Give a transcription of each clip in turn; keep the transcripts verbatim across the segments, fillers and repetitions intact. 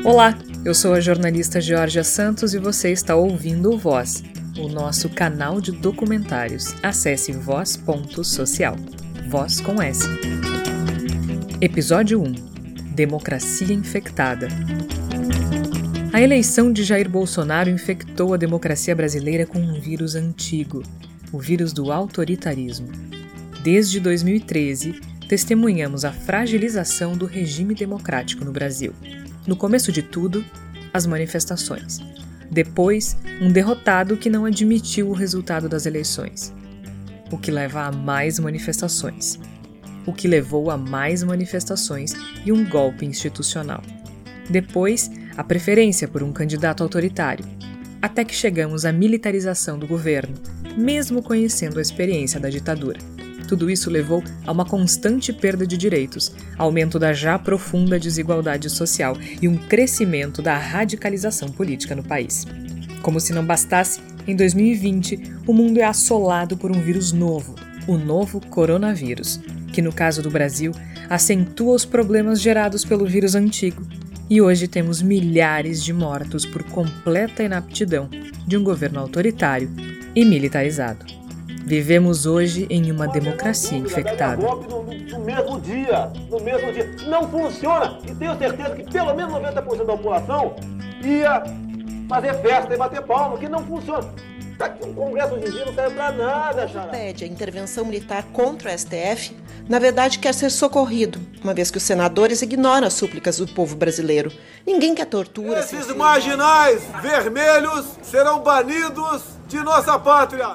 Olá, eu sou a jornalista Georgia Santos e você está ouvindo o Voz, o nosso canal de documentários. Acesse voz ponto social. Voz com S. Episódio um. Democracia infectada. A eleição de Jair Bolsonaro infectou a democracia brasileira com um vírus antigo, o vírus do autoritarismo. Desde dois mil e treze, testemunhamos a fragilização do regime democrático no Brasil. No começo de tudo, as manifestações. Depois, um derrotado que não admitiu o resultado das eleições. O que leva a mais manifestações. O que levou a mais manifestações e um golpe institucional. Depois, a preferência por um candidato autoritário. Até que chegamos à militarização do governo, mesmo conhecendo a experiência da ditadura. Tudo isso levou a uma constante perda de direitos, aumento da já profunda desigualdade social e um crescimento da radicalização política no país. Como se não bastasse, em dois mil e vinte, o mundo é assolado por um vírus novo, o novo coronavírus, que no caso do Brasil, acentua os problemas gerados pelo vírus antigo. E hoje temos milhares de mortos por completa inaptidão de um governo autoritário e militarizado. Vivemos hoje em uma democracia infectada. No, no mesmo dia, no mesmo dia. Não funciona. E tenho certeza que pelo menos noventa por cento da população ia fazer festa e bater palma, que não funciona. Tá aqui, o Congresso hoje em dia não serve pra nada, Xará. Pede a intervenção militar contra o S T F, na verdade quer ser socorrido, uma vez que os senadores ignoram as súplicas do povo brasileiro. Ninguém quer tortura. Esses marginais vermelhos serão banidos de nossa pátria.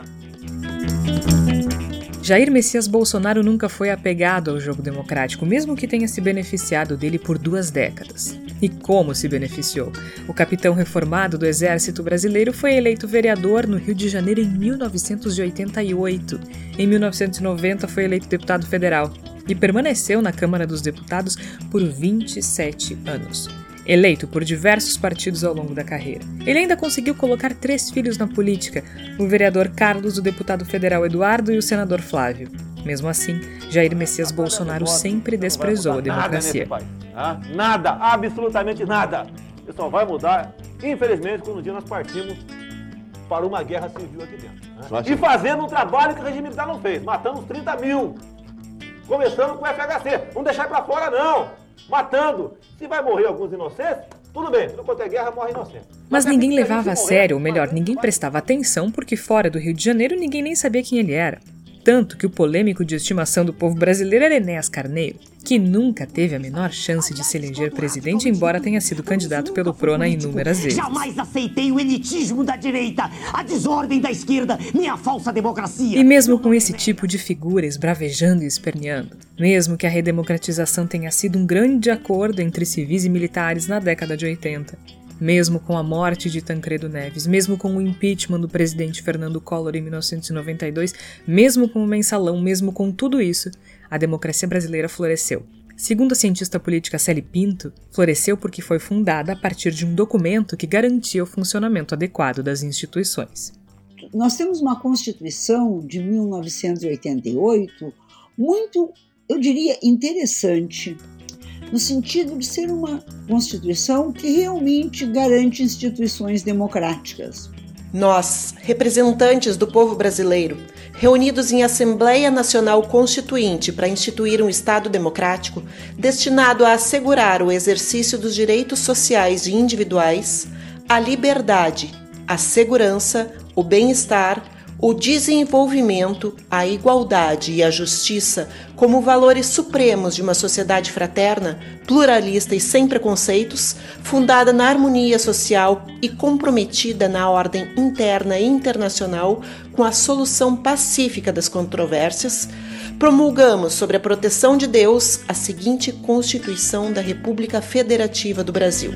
Jair Messias Bolsonaro nunca foi apegado ao jogo democrático, mesmo que tenha se beneficiado dele por duas décadas. E como se beneficiou? O capitão reformado do Exército Brasileiro foi eleito vereador no Rio de Janeiro em mil novecentos e oitenta e oito. Em mil novecentos e noventa foi eleito deputado federal e permaneceu na Câmara dos Deputados por vinte e sete anos. Eleito por diversos partidos ao longo da carreira. Ele ainda conseguiu colocar três filhos na política, o vereador Carlos, o deputado federal Eduardo e o senador Flávio. Mesmo assim, Jair Messias Bolsonaro sempre desprezou a democracia. Nada, nada, absolutamente nada. Isso só vai mudar, infelizmente, quando um dia nós partimos para uma guerra civil aqui dentro. E fazendo um trabalho que o regime militar não fez, matando uns trinta mil. Começando com o F H C. Não deixar para fora, não. Matando. Se vai morrer alguns inocentes, tudo bem. Se não conter guerra, morre inocente. Mas ninguém levava a sério, ou melhor, ninguém prestava atenção, porque fora do Rio de Janeiro ninguém nem sabia quem ele era. Tanto que o polêmico de estimação do povo brasileiro era Enéas Carneiro, que nunca teve a menor chance de se eleger presidente, embora tenha sido candidato pelo Prona inúmeras vezes. Jamais aceitei o elitismo da direita, a desordem da esquerda, nem a falsa democracia. E mesmo com esse tipo de figura esbravejando e esperneando, mesmo que a redemocratização tenha sido um grande acordo entre civis e militares na década de oitenta, mesmo com a morte de Tancredo Neves, mesmo com o impeachment do presidente Fernando Collor em mil novecentos e noventa e dois, mesmo com o mensalão, mesmo com tudo isso, a democracia brasileira floresceu. Segundo a cientista política Celi Pinto, floresceu porque foi fundada a partir de um documento que garantia o funcionamento adequado das instituições. Nós temos uma Constituição de mil novecentos e oitenta e oito muito, eu diria, interessante, no sentido de ser uma Constituição que realmente garante instituições democráticas. Nós, representantes do povo brasileiro, reunidos em Assembleia Nacional Constituinte para instituir um Estado democrático destinado a assegurar o exercício dos direitos sociais e individuais, a liberdade, a segurança, o bem-estar, o desenvolvimento, a igualdade e a justiça como valores supremos de uma sociedade fraterna, pluralista e sem preconceitos, fundada na harmonia social e comprometida na ordem interna e internacional com a solução pacífica das controvérsias, promulgamos sobre a proteção de Deus a seguinte Constituição da República Federativa do Brasil.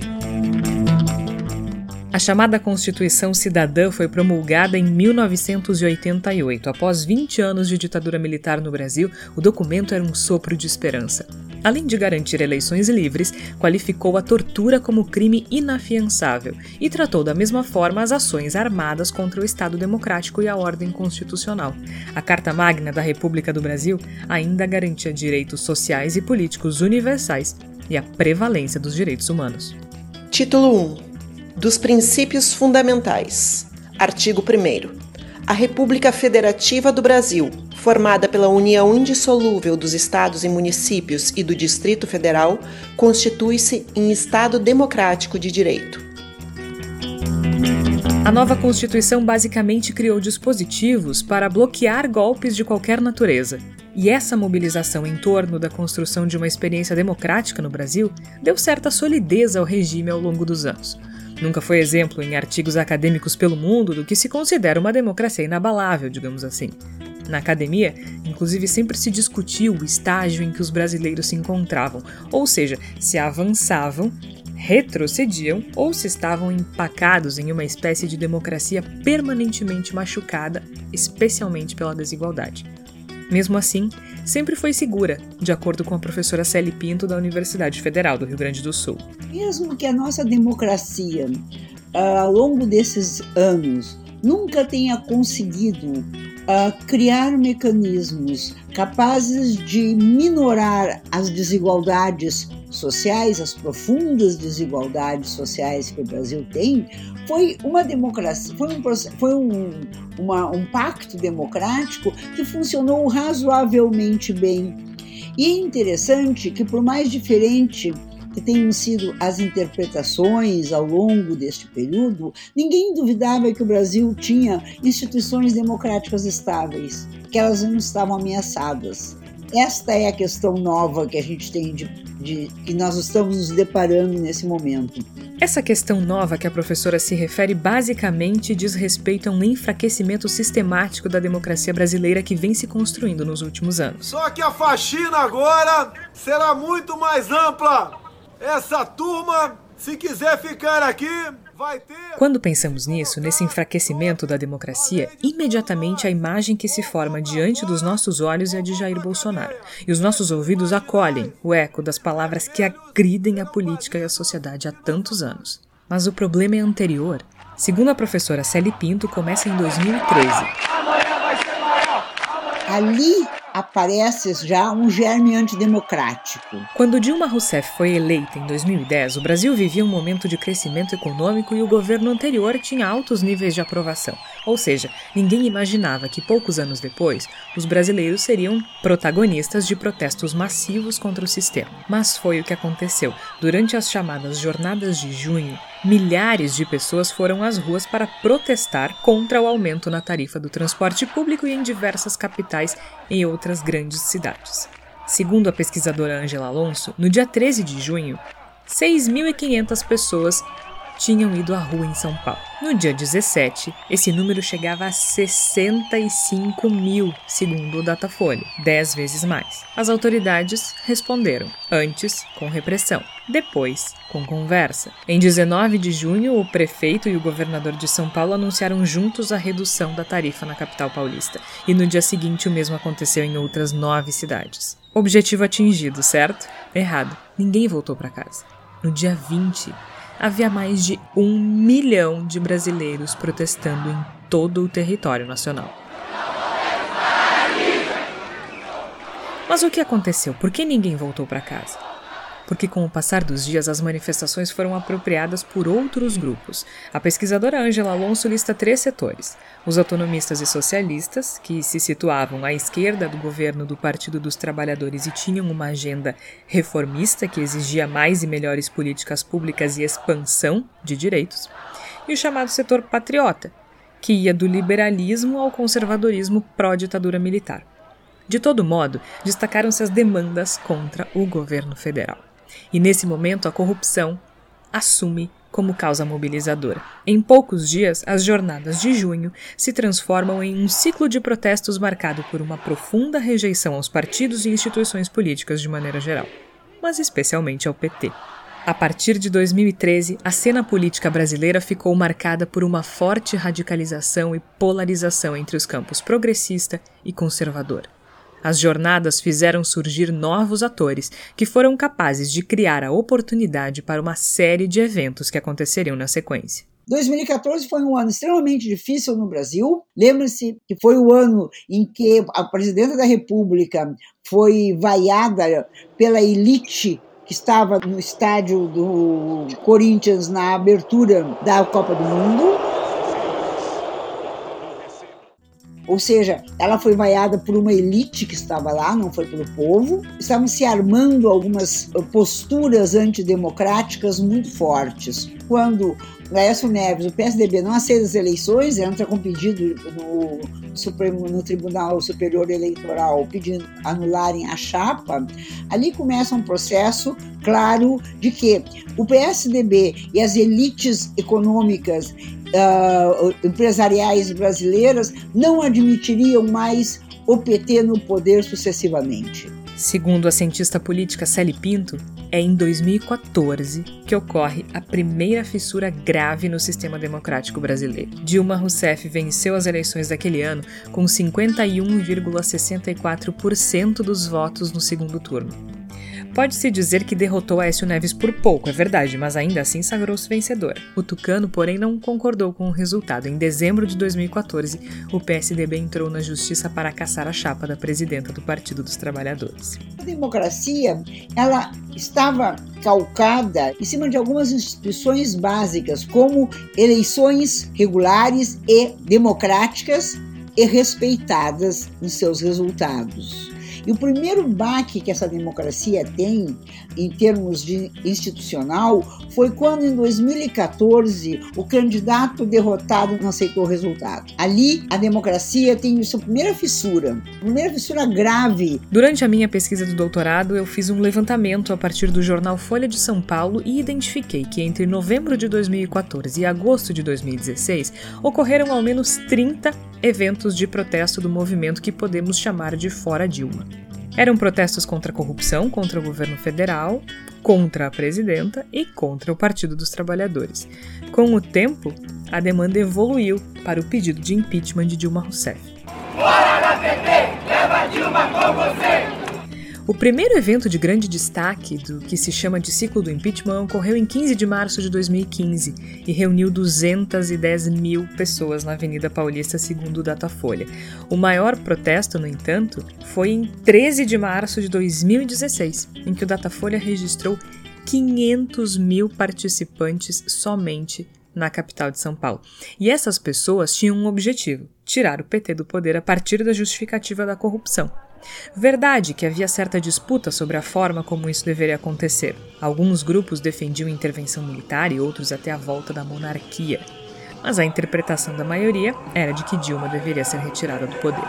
A chamada Constituição Cidadã foi promulgada em mil novecentos e oitenta e oito. Após vinte anos de ditadura militar no Brasil, o documento era um sopro de esperança. Além de garantir eleições livres, qualificou a tortura como crime inafiançável e tratou da mesma forma as ações armadas contra o Estado Democrático e a ordem constitucional. A Carta Magna da República do Brasil ainda garantia direitos sociais e políticos universais e a prevalência dos direitos humanos. Título um. Dos princípios fundamentais. Artigo primeiro. A República Federativa do Brasil, formada pela união indissolúvel dos estados e municípios e do Distrito Federal, constitui-se em Estado democrático de direito. A nova Constituição basicamente criou dispositivos para bloquear golpes de qualquer natureza. E essa mobilização em torno da construção de uma experiência democrática no Brasil deu certa solidez ao regime ao longo dos anos. Nunca foi exemplo em artigos acadêmicos pelo mundo do que se considera uma democracia inabalável, digamos assim. Na academia, inclusive, sempre se discutiu o estágio em que os brasileiros se encontravam, ou seja, se avançavam, retrocediam ou se estavam empacados em uma espécie de democracia permanentemente machucada, especialmente pela desigualdade. Mesmo assim, sempre foi segura, de acordo com a professora Celi Pinto da Universidade Federal do Rio Grande do Sul. Mesmo que a nossa democracia, ao longo desses anos, nunca tenha conseguido uh, criar mecanismos capazes de minorar as desigualdades sociais, as profundas desigualdades sociais que o Brasil tem, foi uma democracia, foi um, foi um, uma, um pacto democrático que funcionou razoavelmente bem. E é interessante que, por mais diferente que tenham sido as interpretações ao longo deste período, ninguém duvidava que o Brasil tinha instituições democráticas estáveis, que elas não estavam ameaçadas. Esta é a questão nova que a gente tem, de, de, que nós estamos nos deparando nesse momento. Essa questão nova que a professora se refere basicamente diz respeito a um enfraquecimento sistemático da democracia brasileira que vem se construindo nos últimos anos. Só que a faxina agora será muito mais ampla. Essa turma, se quiser ficar aqui, vai ter... Quando pensamos nisso, nesse enfraquecimento da democracia, imediatamente a imagem que se forma diante dos nossos olhos é a de Jair Bolsonaro. E os nossos ouvidos acolhem o eco das palavras que agridem a política e a sociedade há tantos anos. Mas o problema é anterior. Segundo a professora Celi Pinto, começa em dois mil e treze. Ali aparece já um germe antidemocrático. Quando Dilma Rousseff foi eleita em dois mil e dez, o Brasil vivia um momento de crescimento econômico e o governo anterior tinha altos níveis de aprovação. Ou seja, ninguém imaginava que poucos anos depois, os brasileiros seriam protagonistas de protestos massivos contra o sistema. Mas foi o que aconteceu. Durante as chamadas Jornadas de Junho, milhares de pessoas foram às ruas para protestar contra o aumento na tarifa do transporte público e em diversas capitais em outras grandes cidades. Segundo a pesquisadora Ângela Alonso, no dia treze de junho, seis mil e quinhentas pessoas tinham ido à rua em São Paulo. No dia dezessete, esse número chegava a sessenta e cinco mil, segundo o Datafolha, dez vezes mais. As autoridades responderam, antes com repressão, depois com conversa. Em dezenove de junho, o prefeito e o governador de São Paulo anunciaram juntos a redução da tarifa na capital paulista, e no dia seguinte o mesmo aconteceu em outras nove cidades. Objetivo atingido, certo? Errado. Ninguém voltou para casa. No dia vinte, havia mais de um milhão de brasileiros protestando em todo o território nacional. Mas o que aconteceu? Por que ninguém voltou para casa? Porque com o passar dos dias as manifestações foram apropriadas por outros grupos. A pesquisadora Ângela Alonso lista três setores. Os autonomistas e socialistas, que se situavam à esquerda do governo do Partido dos Trabalhadores e tinham uma agenda reformista que exigia mais e melhores políticas públicas e expansão de direitos. E o chamado setor patriota, que ia do liberalismo ao conservadorismo pró-ditadura militar. De todo modo, destacaram-se as demandas contra o governo federal. E nesse momento a corrupção assume como causa mobilizadora. Em poucos dias, as jornadas de junho se transformam em um ciclo de protestos marcado por uma profunda rejeição aos partidos e instituições políticas de maneira geral, mas especialmente ao P T. A partir de dois mil e treze, a cena política brasileira ficou marcada por uma forte radicalização e polarização entre os campos progressista e conservador. As jornadas fizeram surgir novos atores que foram capazes de criar a oportunidade para uma série de eventos que aconteceriam na sequência. dois mil e catorze foi um ano extremamente difícil no Brasil. Lembre-se que foi o ano em que a presidenta da República foi vaiada pela elite que estava no estádio do Corinthians na abertura da Copa do Mundo. Ou seja, ela foi vaiada por uma elite que estava lá, não foi pelo povo. Estavam se armando algumas posturas antidemocráticas muito fortes. Quando Aécio Neves, o P S D B, não aceita as eleições, entra com pedido no, Supremo, no Tribunal Superior Eleitoral pedindo anularem a chapa, ali começa um processo claro de que o P S D B e as elites econômicas Uh, empresariais brasileiras não admitiriam mais o P T no poder sucessivamente. Segundo a cientista política Celi Pinto, é em dois mil e quatorze que ocorre a primeira fissura grave no sistema democrático brasileiro. Dilma Rousseff venceu as eleições daquele ano com cinquenta e um vírgula sessenta e quatro por cento dos votos no segundo turno. Pode-se dizer que derrotou Aécio Neves por pouco, é verdade, mas ainda assim sagrou-se vencedor. O tucano, porém, não concordou com o resultado. Em dezembro de dois mil e quatorze, o P S D B entrou na justiça para caçar a chapa da presidenta do Partido dos Trabalhadores. A democracia, ela estava calcada em cima de algumas instituições básicas, como eleições regulares e democráticas e respeitadas nos seus resultados. E o primeiro baque que essa democracia tem, em termos de institucional, foi quando, em dois mil e quatorze, o candidato derrotado não aceitou o resultado. Ali, a democracia tem sua primeira fissura, primeira fissura grave. Durante a minha pesquisa do doutorado, eu fiz um levantamento a partir do jornal Folha de São Paulo e identifiquei que entre novembro de dois mil e quatorze e agosto de dois mil e dezesseis, ocorreram ao menos trinta eventos de protesto do movimento que podemos chamar de Fora Dilma. Eram protestos contra a corrupção, contra o governo federal, contra a presidenta e contra o Partido dos Trabalhadores. Com o tempo, a demanda evoluiu para o pedido de impeachment de Dilma Rousseff. Fora da P T! Leva Dilma com você! O primeiro evento de grande destaque do que se chama de ciclo do impeachment ocorreu em quinze de março de dois mil e quinze e reuniu duzentas e dez mil pessoas na Avenida Paulista, segundo o Datafolha. O maior protesto, no entanto, foi em treze de março de dois mil e dezesseis, em que o Datafolha registrou quinhentos mil participantes somente na capital de São Paulo. E essas pessoas tinham um objetivo: tirar o P T do poder a partir da justificativa da corrupção. Verdade que havia certa disputa sobre a forma como isso deveria acontecer. Alguns grupos defendiam intervenção militar e outros até a volta da monarquia. Mas a interpretação da maioria era de que Dilma deveria ser retirada do poder.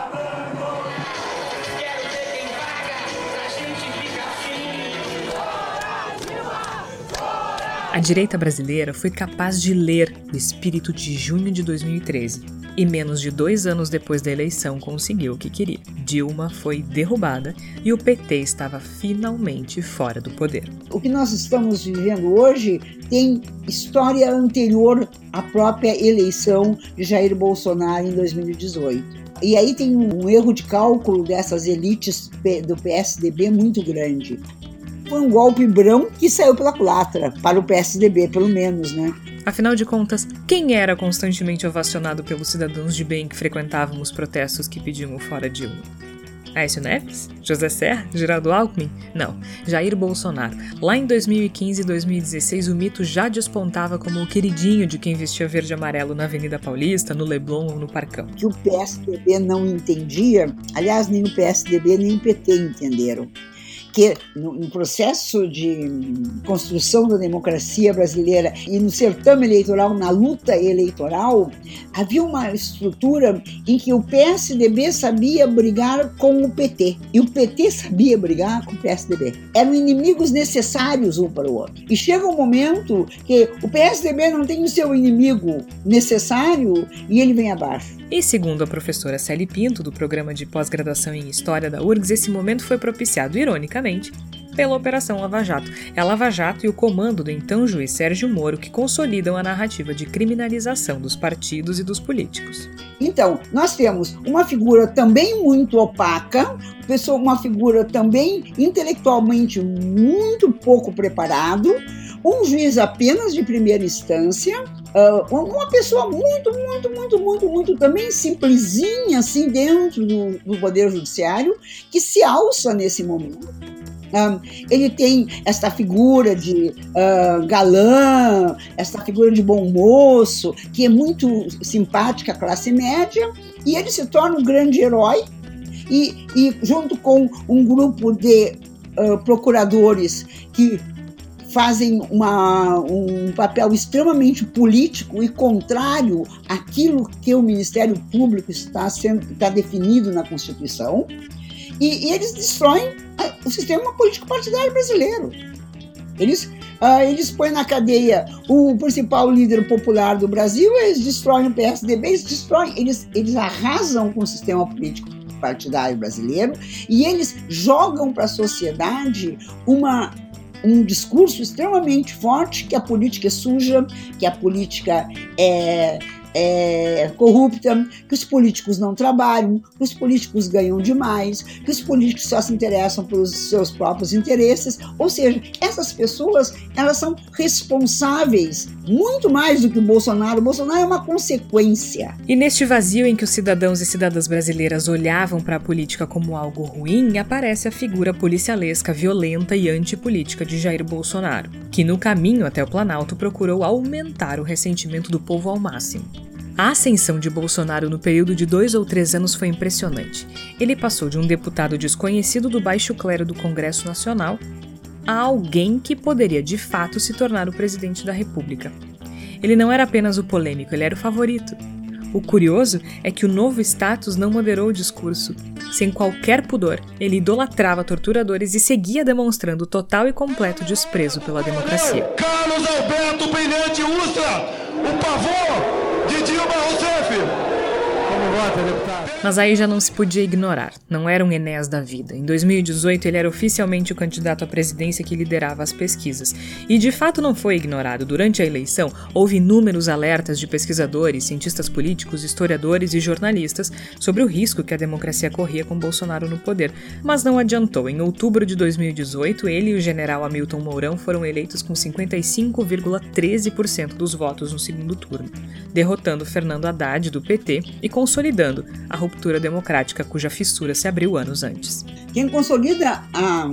A direita brasileira foi capaz de ler o espírito de junho de dois mil e treze e menos de dois anos depois da eleição conseguiu o que queria. Dilma foi derrubada e o P T estava finalmente fora do poder. O que nós estamos vivendo hoje tem história anterior à própria eleição de Jair Bolsonaro em dois mil e dezoito. E aí tem um erro de cálculo dessas elites do P S D B muito grande. Foi um golpe brão que saiu pela culatra, para o P S D B, pelo menos, né? Afinal de contas, quem era constantemente ovacionado pelos cidadãos de bem que frequentavam os protestos que pediam o fora Dilma? Aécio Neves? José Serra? Geraldo Alckmin? Não, Jair Bolsonaro. Lá em dois mil e quinze e dois mil e dezesseis, o mito já despontava como o queridinho de quem vestia verde e amarelo na Avenida Paulista, no Leblon ou no Parcão. Que o P S D B não entendia, aliás, nem o P S D B nem o P T entenderam, que no, no processo de construção da democracia brasileira e no certame eleitoral, na luta eleitoral, havia uma estrutura em que o P S D B sabia brigar com o P T e o P T sabia brigar com o P S D B. Eram inimigos necessários um para o outro. E chega um momento que o P S D B não tem o seu inimigo necessário e ele vem abaixo. E segundo a professora Celi Pinto, do programa de pós-graduação em História da U R G S, esse momento foi propiciado, ironicamente, pela Operação Lava Jato. É a Lava Jato e o comando do então juiz Sérgio Moro que consolidam a narrativa de criminalização dos partidos e dos políticos. Então, nós temos uma figura também muito opaca, uma figura também intelectualmente muito pouco preparado, um juiz apenas de primeira instância, uh, uma pessoa muito, muito, muito, muito, muito também simplesinha assim dentro do, do Poder Judiciário, que se alça nesse momento Um, ele tem essa figura de uh, galã, essa figura de bom moço, que é muito simpática à classe média, e ele se torna um grande herói, e, e junto com um grupo de uh, procuradores que fazem uma, um papel extremamente político e contrário àquilo que o Ministério Público está, sendo, está definido na Constituição, e, e eles destroem o sistema político partidário brasileiro. Eles, uh, eles põem na cadeia o principal líder popular do Brasil, eles destroem o P S D B, eles destroem, eles, eles arrasam com o sistema político partidário brasileiro, e eles jogam para a sociedade uma um discurso extremamente forte que a política é suja, que a política é, é corrupta, que os políticos não trabalham, que os políticos ganham demais, que os políticos só se interessam pelos seus próprios interesses. Ou seja, essas pessoas, elas são responsáveis muito mais do que o Bolsonaro. O Bolsonaro é uma consequência. E neste vazio em que os cidadãos e cidadãs brasileiras olhavam para a política como algo ruim, aparece a figura policialesca, violenta e antipolítica de Jair Bolsonaro, que no caminho até o Planalto procurou aumentar o ressentimento do povo ao máximo. A ascensão de Bolsonaro no período de dois ou três anos foi impressionante. Ele passou de um deputado desconhecido do baixo clero do Congresso Nacional a alguém que poderia de fato se tornar o presidente da República. Ele não era apenas o polêmico, ele era o favorito. O curioso é que o novo status não moderou o discurso. Sem qualquer pudor, ele idolatrava torturadores e seguia demonstrando total e completo desprezo pela democracia. Carlos Alberto Brilhante Ustra, o pavor de Dilma Rousseff. Como vota, deputado? Mas aí já não se podia ignorar, não era um Enéas da vida. Em dois mil e dezoito ele era oficialmente o candidato à presidência que liderava as pesquisas. E de fato não foi ignorado. Durante a eleição, houve inúmeros alertas de pesquisadores, cientistas políticos, historiadores e jornalistas sobre o risco que a democracia corria com Bolsonaro no poder. Mas não adiantou. Em outubro de dois mil e dezoito, ele e o general Hamilton Mourão foram eleitos com cinquenta e cinco vírgula treze por cento dos votos no segundo turno, derrotando Fernando Haddad, do P T, e consolidando a ruptura democrática cuja fissura se abriu anos antes. Quem consolida a,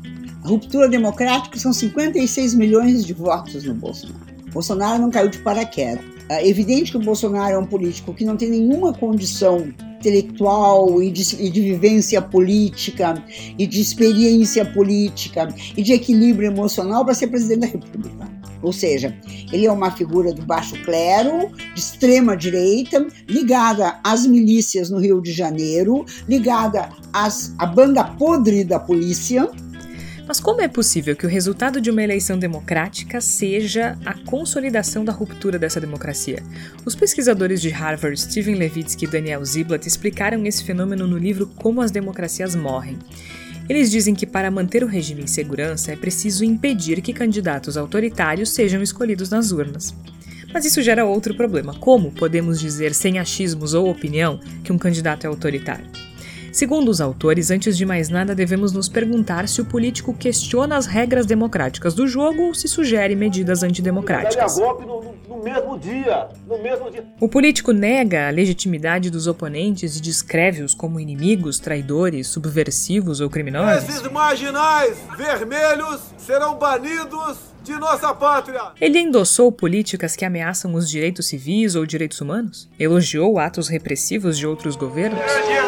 a ruptura democrática são cinquenta e seis milhões de votos no Bolsonaro. Bolsonaro não caiu de paraquedas. É evidente que o Bolsonaro é um político que não tem nenhuma condição intelectual e de, e de vivência política e de experiência política e de equilíbrio emocional para ser presidente da República. Ou seja, ele é uma figura do baixo clero, de extrema direita, ligada às milícias no Rio de Janeiro, ligada às, à banda podre da polícia. Mas como é possível que o resultado de uma eleição democrática seja a consolidação da ruptura dessa democracia? Os pesquisadores de Harvard, Steven Levitsky e Daniel Ziblatt, explicaram esse fenômeno no livro Como as Democracias Morrem. Eles dizem que para manter o regime em segurança é preciso impedir que candidatos autoritários sejam escolhidos nas urnas. Mas isso gera outro problema. Como podemos dizer, sem achismos ou opinião, que um candidato é autoritário? Segundo os autores, antes de mais nada, devemos nos perguntar se o político questiona as regras democráticas do jogo ou se sugere medidas antidemocráticas. Golpe no, no, no mesmo dia, no mesmo dia. O político nega a legitimidade dos oponentes e descreve-os como inimigos, traidores, subversivos ou criminosos. Esses marginais vermelhos serão banidos de nossa pátria. Ele endossou políticas que ameaçam os direitos civis ou direitos humanos? Elogiou atos repressivos de outros governos?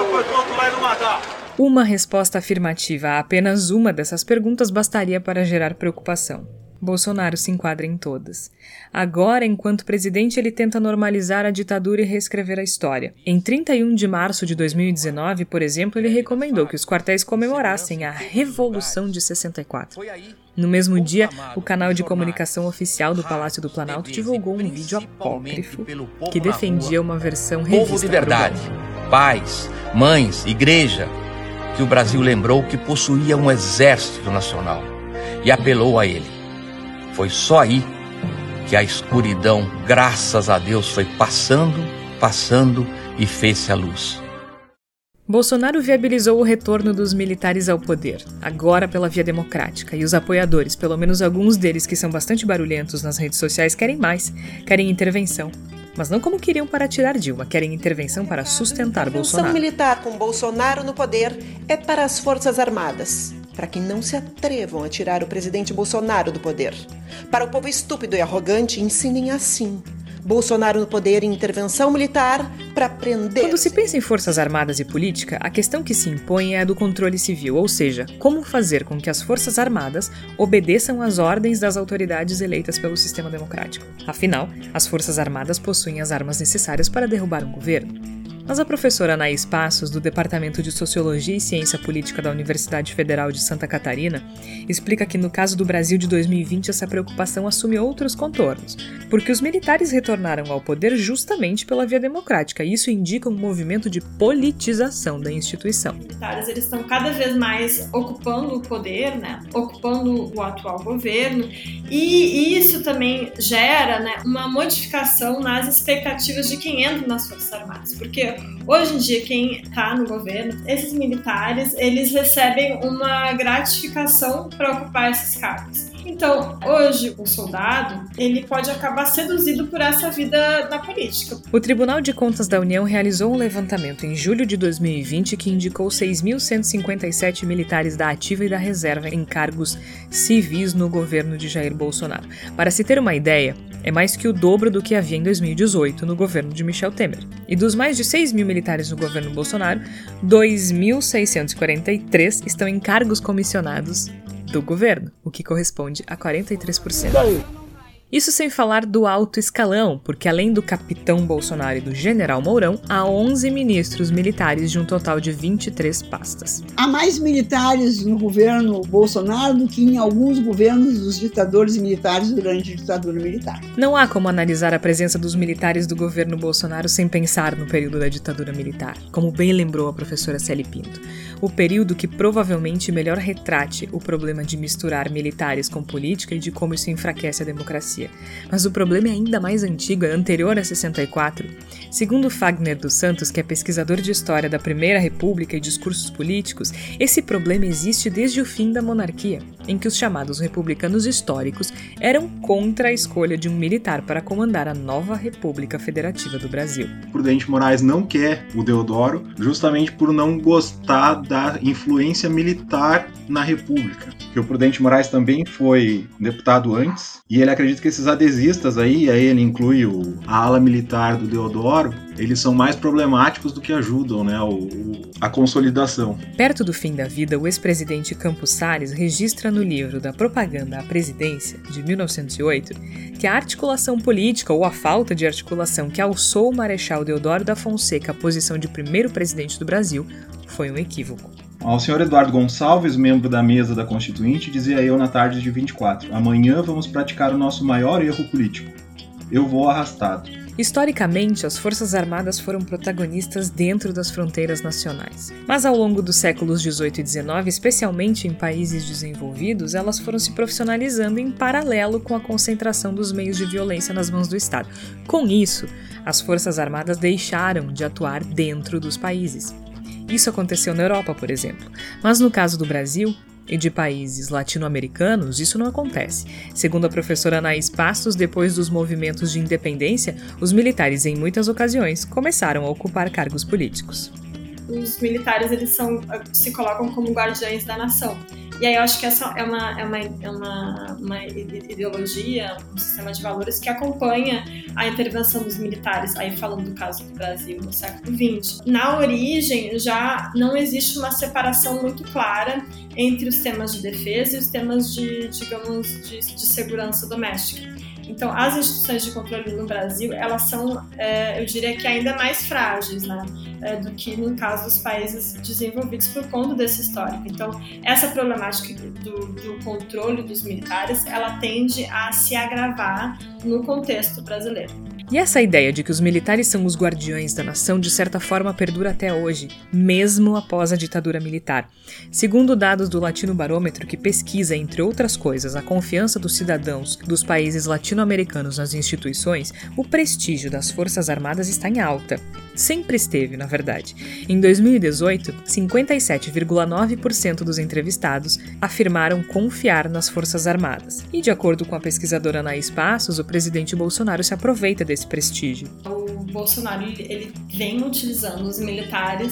Uma resposta afirmativa a apenas uma dessas perguntas bastaria para gerar preocupação. Bolsonaro se enquadra em todas. Agora, enquanto presidente, ele tenta normalizar a ditadura e reescrever a história. Em trinta e um de março de dois mil e dezenove, por exemplo, ele recomendou que os quartéis comemorassem a Revolução de sessenta e quatro. No mesmo dia, o canal de comunicação oficial do Palácio do Planalto divulgou um vídeo apócrifo que defendia uma versão revista. Povo de verdade, pais, mães, igreja, que o Brasil lembrou que possuía um exército nacional e apelou a ele. Foi só aí que a escuridão, graças a Deus, foi passando, passando e fez-se a luz. Bolsonaro viabilizou o retorno dos militares ao poder, agora pela via democrática, e os apoiadores, pelo menos alguns deles que são bastante barulhentos nas redes sociais, querem mais, querem intervenção. Mas não como queriam para tirar Dilma, querem intervenção para sustentar Bolsonaro. A intervenção militar com Bolsonaro no poder é para as Forças Armadas. para que não se atrevam a tirar o presidente Bolsonaro do poder. Para o povo estúpido e arrogante, ensinem assim: Bolsonaro no poder e intervenção militar para prender... Quando se pensa em Forças Armadas e política, a questão que se impõe é a do controle civil, ou seja, como fazer com que as Forças Armadas obedeçam às ordens das autoridades eleitas pelo sistema democrático. Afinal, as Forças Armadas possuem as armas necessárias para derrubar um governo. Mas a professora Anaís Passos, do Departamento de Sociologia e Ciência Política da Universidade Federal de Santa Catarina, explica que no caso do Brasil de dois mil e vinte essa preocupação assume outros contornos, porque os militares retornaram ao poder justamente pela via democrática, e isso indica um movimento de politização da instituição. Os militares eles estão cada vez mais ocupando o poder, né? Ocupando o atual governo, e isso também gera, né, uma modificação nas expectativas de quem entra nas Forças Armadas, porque hoje em dia, quem está no governo, esses militares, eles recebem uma gratificação para ocupar esses cargos. Então, hoje, o soldado, ele pode acabar seduzido por essa vida da política. O Tribunal de Contas da União realizou um levantamento em julho de dois mil e vinte que indicou seis mil cento e cinquenta e sete militares da ativa e da reserva em cargos civis no governo de Jair Bolsonaro. Para se ter uma ideia, é mais que o dobro do que havia em dois mil e dezoito no governo de Michel Temer. E dos mais de seis mil militares no governo Bolsonaro, dois mil seiscentos e quarenta e três estão em cargos comissionados do governo, o que corresponde a quarenta e três por cento. Isso sem falar do alto escalão, porque além do capitão Bolsonaro e do general Mourão, há onze ministros militares de um total de vinte e três pastas. Há mais militares no governo Bolsonaro do que em alguns governos dos ditadores militares durante a ditadura militar. Não há como analisar a presença dos militares do governo Bolsonaro sem pensar no período da ditadura militar, como bem lembrou a professora Célie Pinto. O período que provavelmente melhor retrate o problema de misturar militares com política e de como isso enfraquece a democracia. Mas o problema é ainda mais antigo, é anterior a sessenta e quatro. Segundo Fagner dos Santos, que é pesquisador de história da Primeira República e discursos políticos, esse problema existe desde o fim da monarquia, em que os chamados republicanos históricos eram contra a escolha de um militar para comandar a nova República Federativa do Brasil. Prudente Moraes não quer o Deodoro justamente por não gostar da influência militar na República. Que o Prudente Moraes também foi deputado antes, e ele acredita que esses adesistas aí, aí ele inclui o, a ala militar do Deodoro, eles são mais problemáticos do que ajudam, né, o, o, a consolidação. Perto do fim da vida, o ex-presidente Campos Salles registra no livro Da Propaganda à Presidência, de mil novecentos e oito, que a articulação política, ou a falta de articulação que alçou o Marechal Deodoro da Fonseca à posição de primeiro presidente do Brasil, foi um equívoco. Ao senhor Eduardo Gonçalves, membro da mesa da Constituinte, dizia eu na tarde de vinte e quatro, amanhã vamos praticar o nosso maior erro político. Eu vou arrastado. Historicamente, as Forças Armadas foram protagonistas dentro das fronteiras nacionais. Mas ao longo dos séculos dezoito e dezenove, especialmente em países desenvolvidos, elas foram se profissionalizando em paralelo com a concentração dos meios de violência nas mãos do Estado. Com isso, as Forças Armadas deixaram de atuar dentro dos países. Isso aconteceu na Europa, por exemplo. Mas no caso do Brasil e de países latino-americanos, isso não acontece. Segundo a professora Anaís Passos, depois dos movimentos de independência, os militares, em muitas ocasiões, começaram a ocupar cargos políticos. Os militares eles são, se colocam como guardiães da nação. E aí eu acho que essa é uma, é uma, é uma, uma ideologia, um sistema de valores que acompanha a intervenção dos militares, aí falando do caso do Brasil no século vinte. Na origem, já não existe uma separação muito clara entre os temas de defesa e os temas de, digamos, de, de segurança doméstica. Então, as instituições de controle no Brasil, elas são, é, eu diria que ainda mais frágeis, né, é, do que no caso dos países desenvolvidos por conta desse histórico. Então, essa problemática do, do controle dos militares, ela tende a se agravar no contexto brasileiro. E essa ideia de que os militares são os guardiões da nação, de certa forma, perdura até hoje, mesmo após a ditadura militar. Segundo dados do Latino Barômetro, que pesquisa, entre outras coisas, a confiança dos cidadãos dos países latino-americanos nas instituições, o prestígio das Forças Armadas está em alta. Sempre esteve, na verdade. Em dois mil e dezoito, cinquenta e sete vírgula nove por cento dos entrevistados afirmaram confiar nas Forças Armadas. E, de acordo com a pesquisadora Anaís Passos, o presidente Bolsonaro se aproveita desse prestígio. O Bolsonaro ele vem utilizando os militares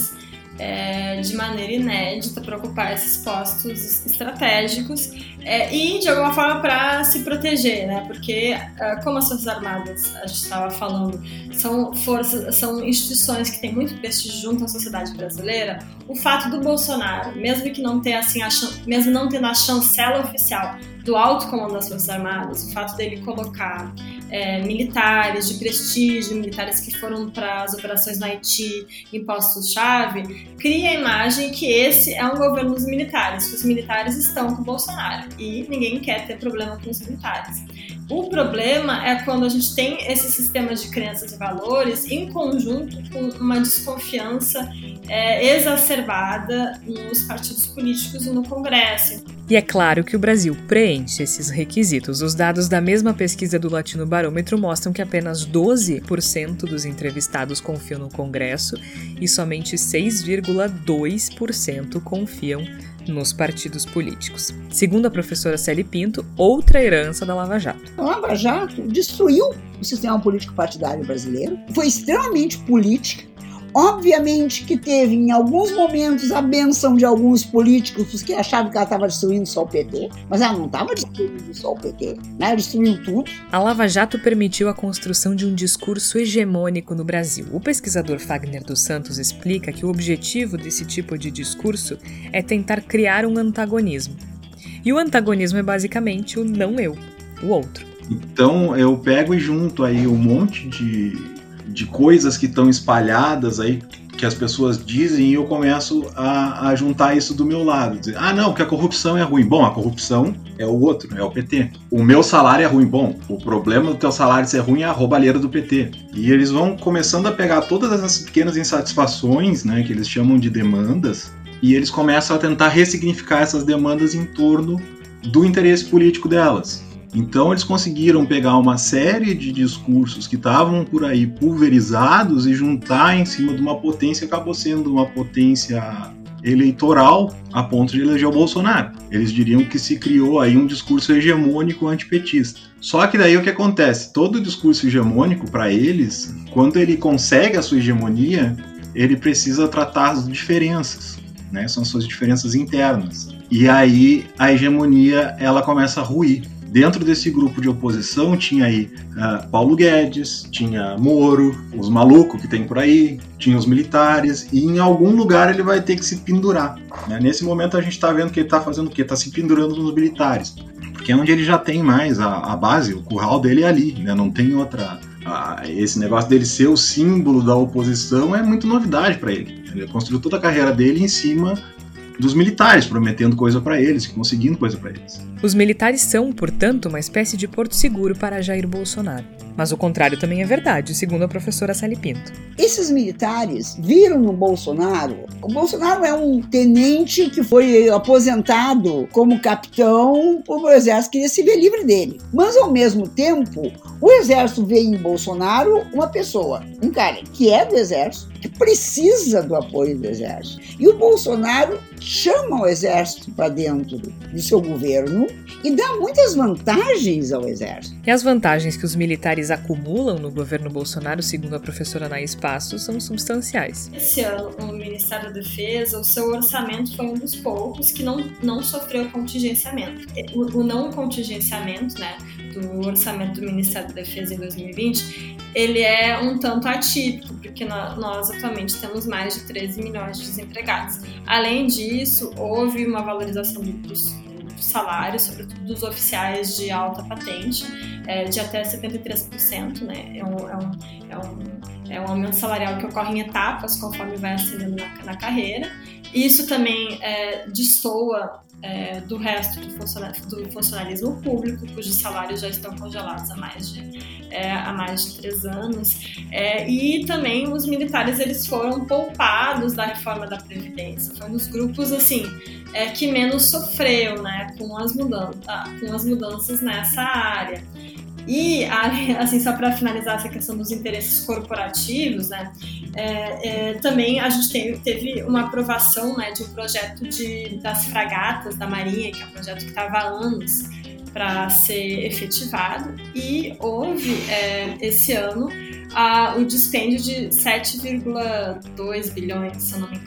é, de maneira inédita para ocupar esses postos estratégicos é, e, de alguma forma, para se proteger, né? Porque, como as Forças Armadas, a gente estava falando, são, forças, são instituições que têm muito prestígio junto à sociedade brasileira, o fato do Bolsonaro, mesmo que não tenha, assim, a, mesmo não tendo a chancela oficial do alto comando das Forças Armadas, o fato dele colocar é, militares de prestígio, militares que foram para as operações no Haiti em postos-chave, cria a imagem que esse é um governo dos militares, que os militares estão com o Bolsonaro e ninguém quer ter problema com os militares. O problema é quando a gente tem esse sistema de crenças e valores em conjunto com uma desconfiança é, exacerbada nos partidos políticos e no Congresso. E é claro que o Brasil preenche esses requisitos. Os dados da mesma pesquisa do Latino Barômetro mostram que apenas doze por cento dos entrevistados confiam no Congresso e somente seis vírgula dois por cento confiam nos partidos políticos. Segundo a professora Celi Pinto, outra herança da Lava Jato. A Lava Jato destruiu o sistema político partidário brasileiro, foi extremamente política. Obviamente que teve, em alguns momentos, a benção de alguns políticos que achavam que ela estava destruindo só o P T, mas ela não estava destruindo só o P T, né? Ela destruiu tudo. A Lava Jato permitiu a construção de um discurso hegemônico no Brasil. O pesquisador Fagner dos Santos explica que o objetivo desse tipo de discurso é tentar criar um antagonismo. E o antagonismo é basicamente o não eu, o outro. Então eu pego e junto aí um monte de... de coisas que estão espalhadas aí, que as pessoas dizem, e eu começo a, a juntar isso do meu lado. Dizer, ah, não, que a corrupção é ruim. Bom, a corrupção é o outro, é o P T. O meu salário é ruim. Bom, o problema do teu salário ser ruim é a roubalheira do P T. E eles vão começando a pegar todas essas pequenas insatisfações, né, que eles chamam de demandas, e eles começam a tentar ressignificar essas demandas em torno do interesse político delas. Então eles conseguiram pegar uma série de discursos que estavam por aí pulverizados e juntar em cima de uma potência que acabou sendo uma potência eleitoral a ponto de eleger o Bolsonaro. Eles diriam que se criou aí um discurso hegemônico antipetista. Só que daí o que acontece? Todo discurso hegemônico, para eles, quando ele consegue a sua hegemonia, ele precisa tratar as diferenças, né? São suas diferenças internas. E aí a hegemonia ela começa a ruir. Dentro desse grupo de oposição tinha aí uh, Paulo Guedes, tinha Moro, os malucos que tem por aí, tinha os militares, e em algum lugar ele vai ter que se pendurar. Né? Nesse momento a gente está vendo que ele está fazendo o quê? Está se pendurando nos militares, porque é onde ele já tem mais a, a base, o curral dele é ali, né? Não tem outra... Uh, esse negócio dele ser o símbolo da oposição é muito novidade para ele. Ele construiu toda a carreira dele em cima dos militares, prometendo coisa para eles, conseguindo coisa para eles. Os militares são, portanto, uma espécie de porto seguro para Jair Bolsonaro. Mas o contrário também é verdade, segundo a professora Celi Pinto. Esses militares viram no Bolsonaro... O Bolsonaro é um tenente que foi aposentado como capitão, o exército queria se ver livre dele. Mas, ao mesmo tempo, o exército vê em Bolsonaro uma pessoa, um cara que é do exército, que precisa do apoio do exército. E o Bolsonaro chama o exército para dentro do seu governo e dá muitas vantagens ao exército. E as vantagens que os militares acumulam no governo Bolsonaro, segundo a professora Anaís Passos, são substanciais. Esse ano, o Ministério da Defesa, o seu orçamento foi um dos poucos que não, não sofreu contingenciamento. O, o não contingenciamento, né, do orçamento do Ministério da Defesa em dois mil e vinte, ele é um tanto atípico, porque nós, nós atualmente temos mais de treze milhões de desempregados. Além disso, houve uma valorização dos, dos salários, sobretudo dos oficiais de alta patente, é, de até setenta e três por cento, né? É um, é, um, é, um, é um aumento salarial que ocorre em etapas, conforme vai ascendendo na, na carreira. Isso também é, destoa É, do resto do, funcionar, do funcionalismo público, cujos salários já estão congelados há mais de, é, há mais de três anos. É, e também os militares eles foram poupados da reforma da Previdência. Foi um dos grupos assim, é, que menos sofreu, né, com, as mudanças, com as mudanças nessa área. E, assim, só para finalizar essa questão dos interesses corporativos, né, é, é, também a gente teve, teve uma aprovação, né, de um projeto de, das fragatas da Marinha, que é um projeto que estava há anos para ser efetivado, e houve, é, esse ano, a, o dispêndio de sete vírgula dois bilhões, se eu não me engano.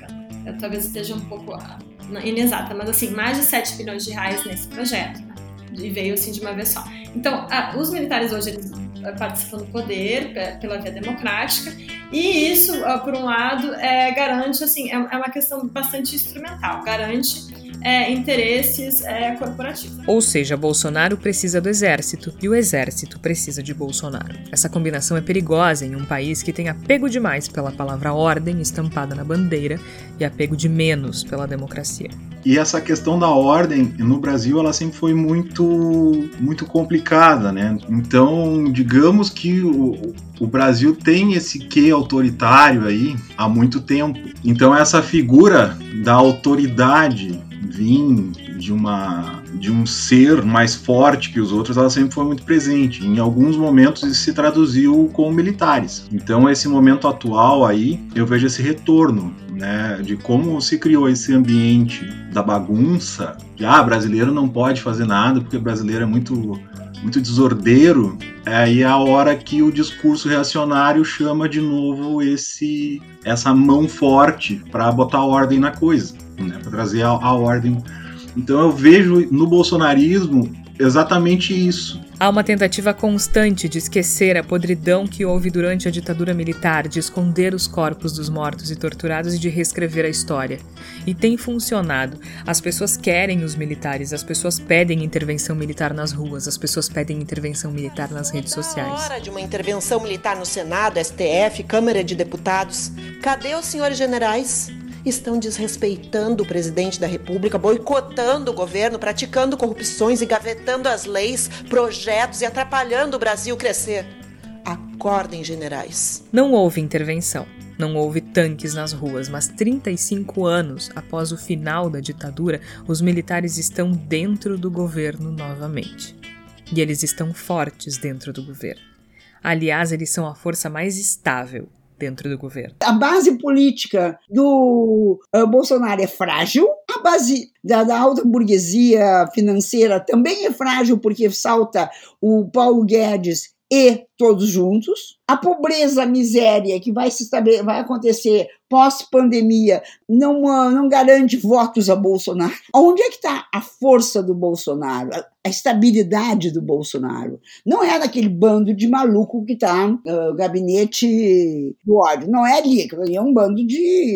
eu talvez esteja um pouco inexata, mas assim, mais de sete bilhões de reais nesse projeto, né? E veio assim de uma vez só. Então, a, os militares hoje eles participam do poder pela via democrática, e isso, por um lado, é, garante, assim, é, é uma questão bastante instrumental, garante É, interesses é, corporativos. Ou seja, Bolsonaro precisa do exército e o exército precisa de Bolsonaro. Essa combinação é perigosa em um país que tem apego demais pela palavra ordem estampada na bandeira e apego de menos pela democracia. E essa questão da ordem, no Brasil, ela sempre foi muito, muito complicada, né? Então, digamos que o, o Brasil tem esse quê autoritário aí há muito tempo. Então, essa figura da autoridade vir de, uma, de um ser mais forte que os outros, ela sempre foi muito presente. Em alguns momentos isso se traduziu com militares. Então esse momento atual aí, eu vejo esse retorno, né, de como se criou esse ambiente da bagunça, de ah, brasileiro não pode fazer nada porque brasileiro é muito, muito desordeiro. É aí a hora que o discurso reacionário chama de novo esse, essa mão forte para botar ordem na coisa, né, para trazer a, a ordem. Então eu vejo no bolsonarismo exatamente isso. Há uma tentativa constante de esquecer a podridão que houve durante a ditadura militar, de esconder os corpos dos mortos e torturados e de reescrever a história. E tem funcionado. As pessoas querem os militares, as pessoas pedem intervenção militar nas ruas, as pessoas pedem intervenção militar nas redes sociais. Na hora de uma intervenção militar no Senado, S T F, Câmara de Deputados, cadê os senhores generais? Estão desrespeitando o presidente da República, boicotando o governo, praticando corrupções e gavetando as leis, projetos e atrapalhando o Brasil crescer. Acordem, generais. Não houve intervenção, não houve tanques nas ruas, mas trinta e cinco anos após o final da ditadura, os militares estão dentro do governo novamente. E eles estão fortes dentro do governo. Aliás, eles são a força mais estável dentro do governo. A base política do uh, Bolsonaro é frágil, a base da, da alta burguesia financeira também é frágil, porque salta o Paulo Guedes e todos juntos. A pobreza, a miséria que vai, se estabele- vai acontecer pós-pandemia não, não garante votos a Bolsonaro. Onde é que está a força do Bolsonaro, a, a estabilidade do Bolsonaro? Não é naquele bando de maluco que está no uh, gabinete do ódio. Não é ali, é um bando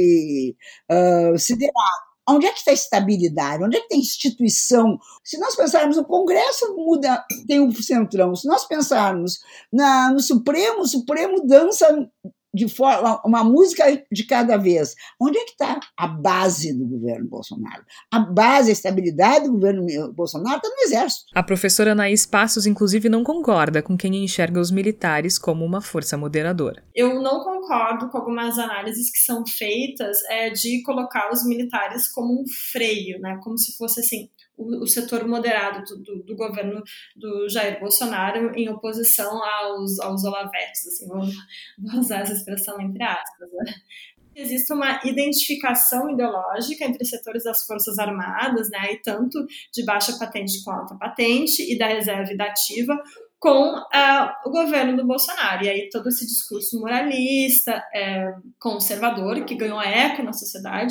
de uh, siderado. Onde é que está a estabilidade? Onde é que está a instituição? Se nós pensarmos no Congresso, muda, tem o Centrão. Se nós pensarmos na, no Supremo, o Supremo dança de forma, uma música de cada vez. Onde é que está a base do governo Bolsonaro? A base, a estabilidade do governo Bolsonaro está no Exército. A professora Anaís Passos, inclusive, não concorda com quem enxerga os militares como uma força moderadora. Eu não concordo com algumas análises que são feitas é, de colocar os militares como um freio, né? Como se fosse assim, o, o setor moderado do, do, do governo do Jair Bolsonaro em oposição aos, aos olavetes, assim, vou, vou usar essa expressão entre aspas, né? Existe uma identificação ideológica entre setores das Forças Armadas, né, e tanto de baixa patente com alta patente, e da reserva e da ativa, com uh, o governo do Bolsonaro. E aí todo esse discurso moralista, é, conservador, que ganhou eco na sociedade,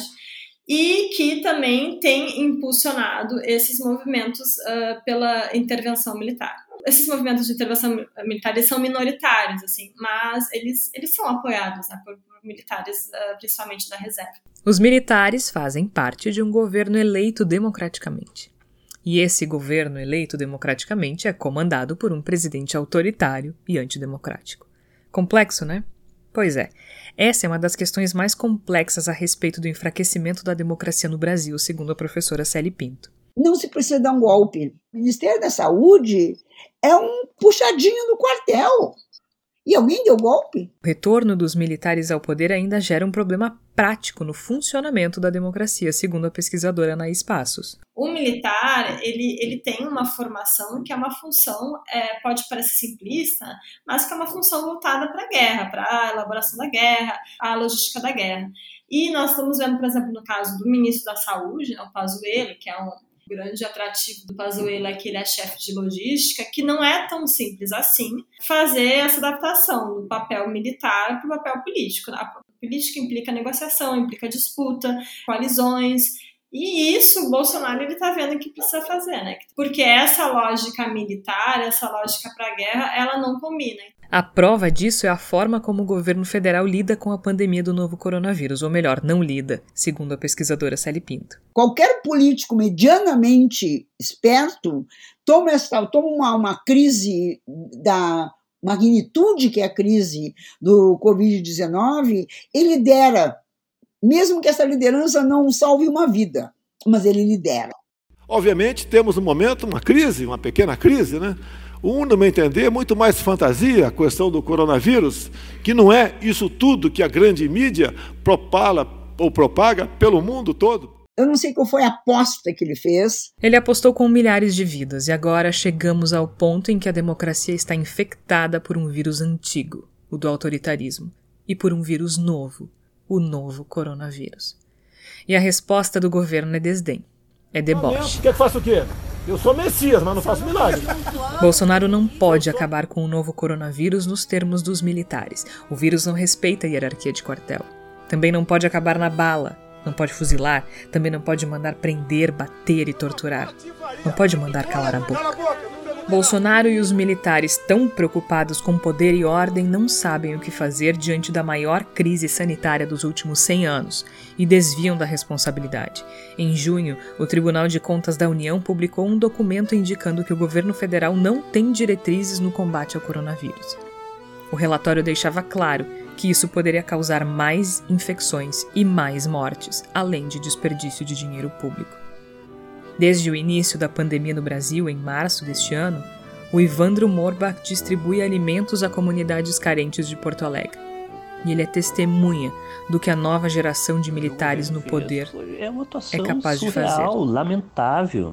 e que também tem impulsionado esses movimentos uh, pela intervenção militar. Esses movimentos de intervenção militar eles são minoritários, assim, mas eles, eles são apoiados, né, por, por militares, uh, principalmente da reserva. Os militares fazem parte de um governo eleito democraticamente. E esse governo eleito democraticamente é comandado por um presidente autoritário e antidemocrático. Complexo, né? Pois é. Essa é uma das questões mais complexas a respeito do enfraquecimento da democracia no Brasil, segundo a professora Célia Pinto. Não se precisa dar um golpe. O Ministério da Saúde é um puxadinho no quartel. E alguém deu golpe? O retorno dos militares ao poder ainda gera um problema prático no funcionamento da democracia, segundo a pesquisadora Anaís Passos. O militar, ele, ele tem uma formação que é uma função, é, pode parecer simplista, mas que é uma função voltada para a guerra, para a elaboração da guerra, a logística da guerra. E nós estamos vendo, por exemplo, no caso do ministro da Saúde, né, o Pazuello, que é um grande atrativo do Pazuello é que ele é chefe de logística, que não é tão simples assim fazer essa adaptação do papel militar para o papel político. política implica negociação, implica disputa, coalizões. E isso o Bolsonaro está vendo que precisa fazer, né? Porque essa lógica militar, essa lógica para a guerra, ela não combina. A prova disso é a forma como o governo federal lida com a pandemia do novo coronavírus, ou melhor, não lida, segundo a pesquisadora Celi Pinto. Qualquer político medianamente esperto toma, essa, toma uma, uma crise da magnitude que é a crise do covid dezenove e lidera, mesmo que essa liderança não salve uma vida, mas ele lidera. Obviamente temos no momento uma crise, uma pequena crise, né? Um, no meu entender, é muito mais fantasia a questão do coronavírus, que não é isso tudo que a grande mídia propala ou propaga pelo mundo todo. Eu não sei qual foi a aposta que ele fez. Ele apostou com milhares de vidas e agora chegamos ao ponto em que a democracia está infectada por um vírus antigo, o do autoritarismo, e por um vírus novo, o novo coronavírus. E a resposta do governo é desdém, é deboche. Quer que faça o quê? Eu sou Messias, mas não faço milagre. Bolsonaro não pode acabar com o novo coronavírus nos termos dos militares. O vírus não respeita a hierarquia de quartel. Também não pode acabar na bala. Não pode fuzilar. Também não pode mandar prender, bater e torturar. Não pode mandar calar a boca. Bolsonaro e os militares, tão preocupados com poder e ordem, não sabem o que fazer diante da maior crise sanitária dos últimos cem anos e desviam da responsabilidade. Em junho, o Tribunal de Contas da União publicou um documento indicando que o governo federal não tem diretrizes no combate ao coronavírus. O relatório deixava claro que isso poderia causar mais infecções e mais mortes, além de desperdício de dinheiro público. Desde o início da pandemia no Brasil, em março deste ano, o Evandro Morbach distribui alimentos a comunidades carentes de Porto Alegre. E ele é testemunha do que a nova geração de militares no poder é, uma atuação é capaz surreal, de fazer. Lamentável.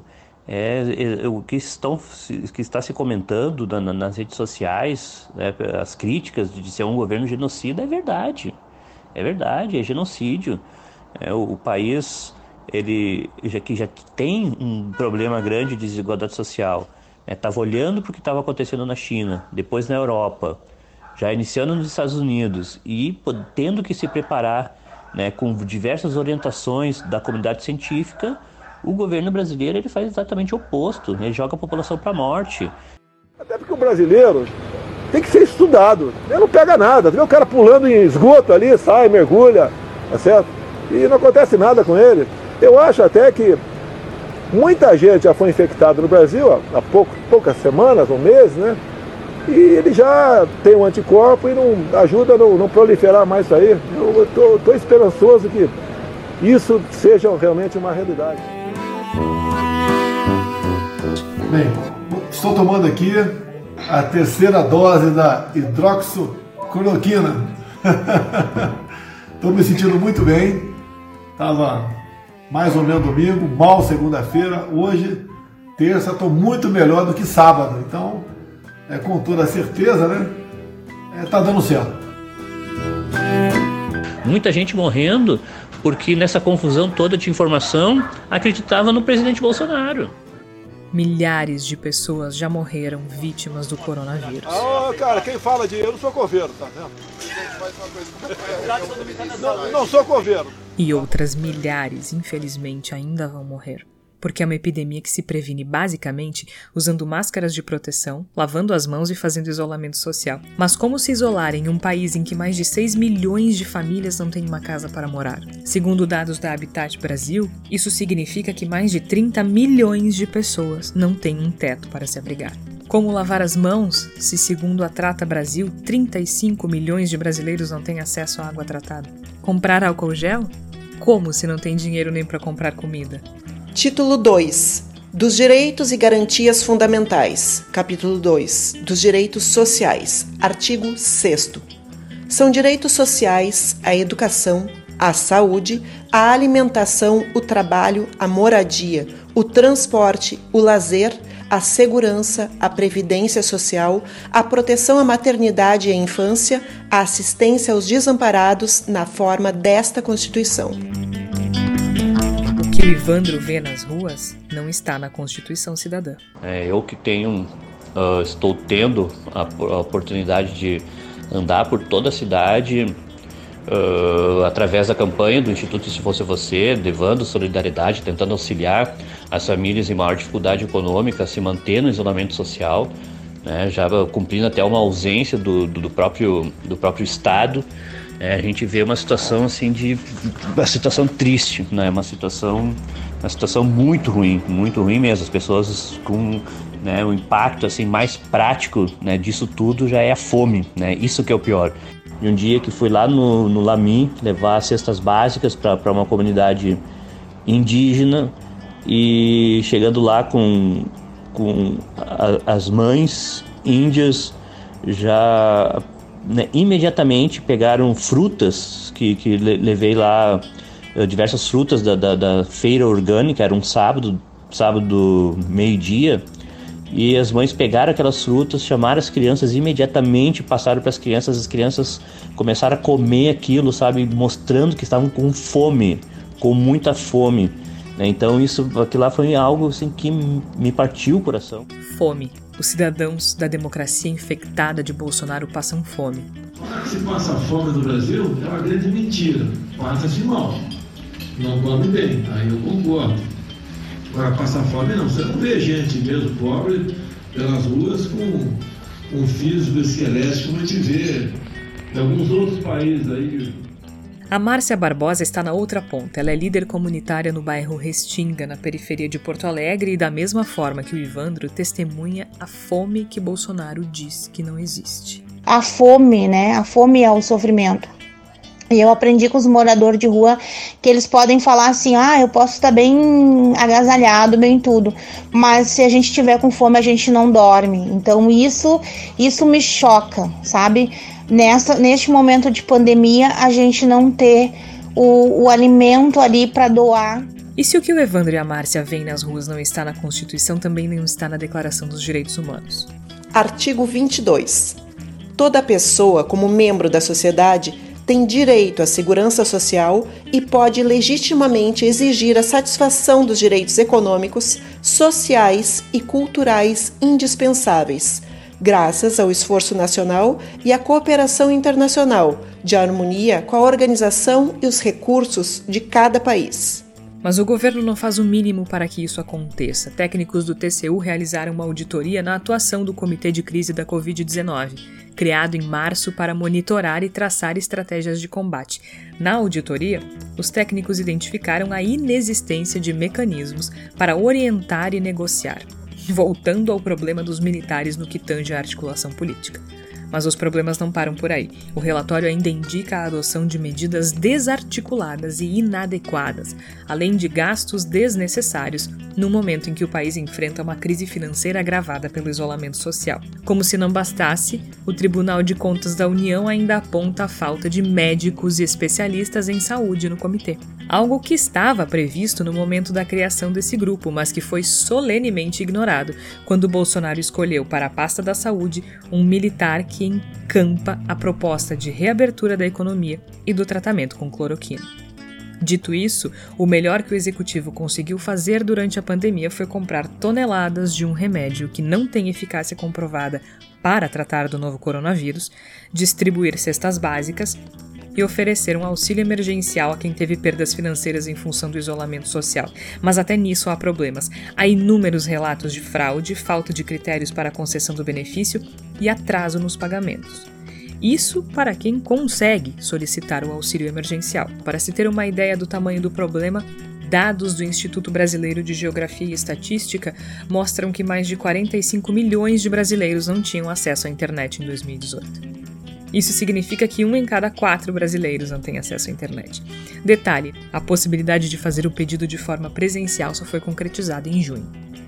É, é, o que, estão, que está se comentando na, nas redes sociais, né, as críticas de ser um governo genocida, é verdade. É verdade, é genocídio. É, o, o país... ele já, que já tem um problema grande de desigualdade social, estava né? olhando para o que estava acontecendo na China, depois na Europa, já iniciando nos Estados Unidos e tendo que se preparar né, com diversas orientações da comunidade científica, o governo brasileiro ele faz exatamente o oposto, ele joga a população para a morte. Até porque o brasileiro tem que ser estudado, ele não pega nada, vê o cara pulando em esgoto ali, sai, mergulha, tá certo? E não acontece nada com ele. Eu acho até que muita gente já foi infectada no Brasil há pouco, poucas semanas ou meses, né? E ele já tem um anticorpo e não ajuda a não, não proliferar mais isso aí. Eu estou esperançoso que isso seja realmente uma realidade. Bem, estou tomando aqui a terceira dose da hidroxicloroquina. Estou me sentindo muito bem. Estava mais ou menos domingo, mal segunda-feira. Hoje, terça, estou muito melhor do que sábado. Então, é, com toda certeza, né? Está é, dando certo. Muita gente morrendo porque nessa confusão toda de informação acreditava no presidente Bolsonaro. Milhares de pessoas já morreram vítimas do coronavírus. Ah, cara, quem fala de eu não sou coveiro, tá vendo? Não, não sou coveiro. E outras milhares, infelizmente, ainda vão morrer. Porque é uma epidemia que se previne basicamente usando máscaras de proteção, lavando as mãos e fazendo isolamento social. Mas como se isolar em um país em que mais de seis milhões de famílias não têm uma casa para morar? Segundo dados da Habitat Brasil, isso significa que mais de trinta milhões de pessoas não têm um teto para se abrigar. Como lavar as mãos, se segundo a Trata Brasil, trinta e cinco milhões de brasileiros não têm acesso à água tratada? Comprar álcool gel? Como se não tem dinheiro nem para comprar comida? Título dois. Dos Direitos e Garantias Fundamentais. Capítulo dois. Dos Direitos Sociais. Artigo sexto. São direitos sociais a educação, a saúde, a alimentação, o trabalho, a moradia, o transporte, o lazer, a segurança, a previdência social, a proteção à maternidade e à infância, a assistência aos desamparados na forma desta Constituição. O que o Evandro vê nas ruas não está na Constituição Cidadã. É, eu que tenho, uh, estou tendo a, a oportunidade de andar por toda a cidade, uh, através da campanha do Instituto Se Fosse Você, levando solidariedade, tentando auxiliar as famílias em maior dificuldade econômica a se manter no isolamento social, né, já cumprindo até uma ausência do, do, do, próprio, do próprio Estado. É, a gente vê uma situação assim de uma situação triste, né? Uma situação, uma situação muito ruim, muito ruim mesmo. As pessoas com, né, o impacto assim mais prático, né, disso tudo já é a fome, né? Isso que é o pior. E um dia que fui lá no, no Lamin levar cestas básicas para uma comunidade indígena e chegando lá com com a, as mães índias já, né, imediatamente pegaram frutas que, que levei lá, diversas frutas da, da, da feira orgânica, era um sábado, sábado meio-dia, e as mães pegaram aquelas frutas, chamaram as crianças imediatamente, passaram para as crianças, as crianças começaram a comer aquilo, sabe, mostrando que estavam com fome, com muita fome. Então isso, aquilo lá foi algo assim, que me partiu o coração. Fome. Os cidadãos da democracia infectada de Bolsonaro passam fome. Se passa fome no Brasil, é uma grande mentira. Passa-se mal. Não come bem, aí eu concordo. Agora, passar fome não. Você não vê gente mesmo pobre pelas ruas com um físico esquelético como a gente vê em alguns outros países aí. A Márcia Barbosa está na outra ponta. Ela é líder comunitária no bairro Restinga, na periferia de Porto Alegre, e da mesma forma que o Ivandro, testemunha a fome que Bolsonaro diz que não existe. A fome, né? A fome é o sofrimento. E eu aprendi com os moradores de rua que eles podem falar assim, ah, eu posso estar bem agasalhado, bem tudo, mas se a gente tiver com fome, a gente não dorme. Então isso, isso me choca, sabe? Nessa, neste momento de pandemia, a gente não ter o, o alimento ali para doar. E se o que o Evandro e a Márcia veem nas ruas não está na Constituição, também não está na Declaração dos Direitos Humanos. Artigo vinte e dois. Toda pessoa, como membro da sociedade, tem direito à segurança social e pode legitimamente exigir a satisfação dos direitos econômicos, sociais e culturais indispensáveis, graças ao esforço nacional e à cooperação internacional, de harmonia com a organização e os recursos de cada país. Mas o governo não faz o mínimo para que isso aconteça. Técnicos do T C U realizaram uma auditoria na atuação do Comitê de Crise da covid dezenove, criado em março para monitorar e traçar estratégias de combate. Na auditoria, os técnicos identificaram a inexistência de mecanismos para orientar e negociar, voltando ao problema dos militares no que tange à articulação política. Mas os problemas não param por aí. O relatório ainda indica a adoção de medidas desarticuladas e inadequadas, além de gastos desnecessários, no momento em que o país enfrenta uma crise financeira agravada pelo isolamento social. Como se não bastasse, o Tribunal de Contas da União ainda aponta a falta de médicos e especialistas em saúde no comitê. Algo que estava previsto no momento da criação desse grupo, mas que foi solenemente ignorado quando Bolsonaro escolheu para a pasta da saúde um militar que encampa a proposta de reabertura da economia e do tratamento com cloroquina. Dito isso, o melhor que o executivo conseguiu fazer durante a pandemia foi comprar toneladas de um remédio que não tem eficácia comprovada para tratar do novo coronavírus, distribuir cestas básicas e oferecer um auxílio emergencial a quem teve perdas financeiras em função do isolamento social. Mas até nisso há problemas. Há inúmeros relatos de fraude, falta de critérios para a concessão do benefício e atraso nos pagamentos. Isso para quem consegue solicitar o auxílio emergencial. Para se ter uma ideia do tamanho do problema, dados do Instituto Brasileiro de Geografia e Estatística mostram que mais de quarenta e cinco milhões de brasileiros não tinham acesso à internet em dois mil e dezoito. Isso significa que um em cada quatro brasileiros não tem acesso à internet. Detalhe, a possibilidade de fazer o pedido de forma presencial só foi concretizada em junho.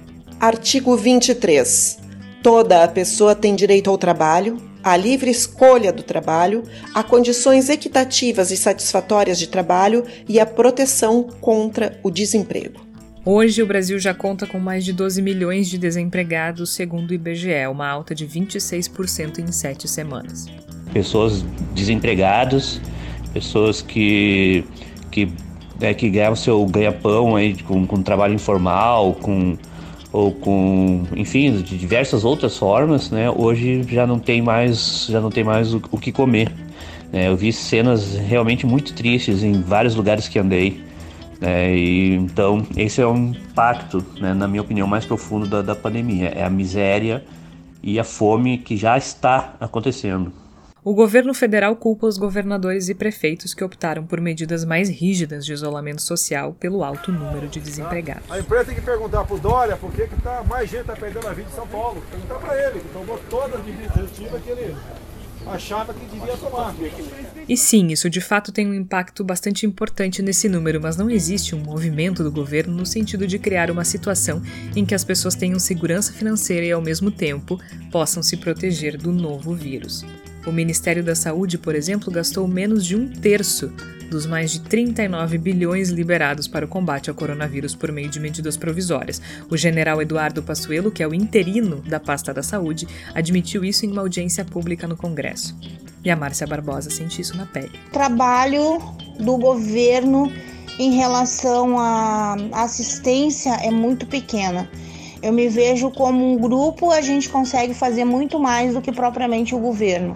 Artigo vinte e três. Toda a pessoa tem direito ao trabalho, à livre escolha do trabalho, a condições equitativas e satisfatórias de trabalho e à proteção contra o desemprego. Hoje, o Brasil já conta com mais de doze milhões de desempregados, segundo o I B G E, uma alta de vinte e seis por cento em sete semanas. Pessoas desempregadas, pessoas que, que, é, que ganham seu ganha-pão aí com, com trabalho informal, com, ou com, enfim, de diversas outras formas, né? Hoje já não tem mais, já não tem mais o, o que comer. É, eu vi cenas realmente muito tristes em vários lugares que andei. É, e, então, esse é um impacto, né, na minha opinião, mais profundo da, da pandemia. É a miséria e a fome que já está acontecendo. O governo federal culpa os governadores e prefeitos que optaram por medidas mais rígidas de isolamento social pelo alto número de desempregados. A empresa tem que perguntar para o Dória por que, que tá, mais gente está perdendo a vida em São Paulo. Perguntar para ele, que tomou todas as medidas restritivas que ele achava que devia tomar. E sim, isso de fato tem um impacto bastante importante nesse número, mas não existe um movimento do governo no sentido de criar uma situação em que as pessoas tenham segurança financeira e, ao mesmo tempo, possam se proteger do novo vírus. O Ministério da Saúde, por exemplo, gastou menos de um terço dos mais de trinta e nove bilhões liberados para o combate ao coronavírus por meio de medidas provisórias. O general Eduardo Pazuello, que é o interino da pasta da saúde, admitiu isso em uma audiência pública no Congresso. E a Márcia Barbosa sente isso na pele. O trabalho do governo em relação à assistência é muito pequena. Eu me vejo como um grupo, a gente consegue fazer muito mais do que propriamente o governo.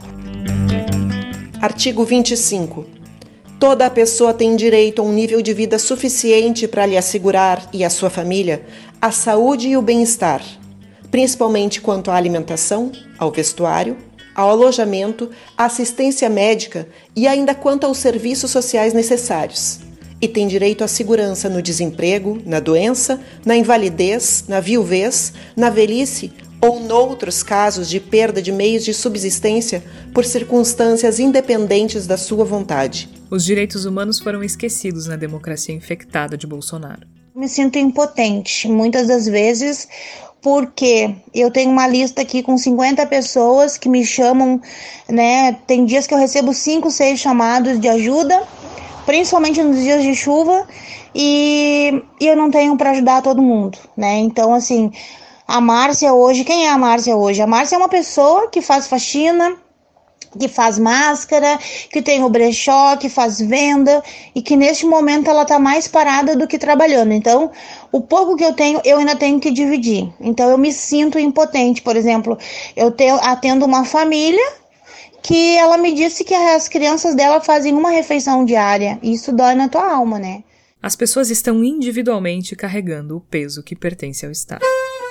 Artigo vinte e cinco. Toda a pessoa tem direito a um nível de vida suficiente para lhe assegurar, e à sua família, a saúde e o bem-estar, principalmente quanto à alimentação, ao vestuário, ao alojamento, à assistência médica e ainda quanto aos serviços sociais necessários. E tem direito à segurança no desemprego, na doença, na invalidez, na viuvez, na velhice ou noutros casos de perda de meios de subsistência por circunstâncias independentes da sua vontade. Os direitos humanos foram esquecidos na democracia infectada de Bolsonaro. Me sinto impotente, muitas das vezes, porque eu tenho uma lista aqui com cinquenta pessoas que me chamam, né? Tem dias que eu recebo cinco, seis chamados de ajuda, principalmente nos dias de chuva, e, e eu não tenho para ajudar todo mundo, né? Então, assim, a Márcia hoje, quem é a Márcia hoje? A Márcia é uma pessoa que faz faxina, que faz máscara, que tem o brechó, que faz venda, e que neste momento ela está mais parada do que trabalhando. Então, o pouco que eu tenho, eu ainda tenho que dividir. Então, eu me sinto impotente. Por exemplo, eu tenho, atendo uma família que ela me disse que as crianças dela fazem uma refeição diária. Isso dói na tua alma, né? As pessoas estão individualmente carregando o peso que pertence ao Estado.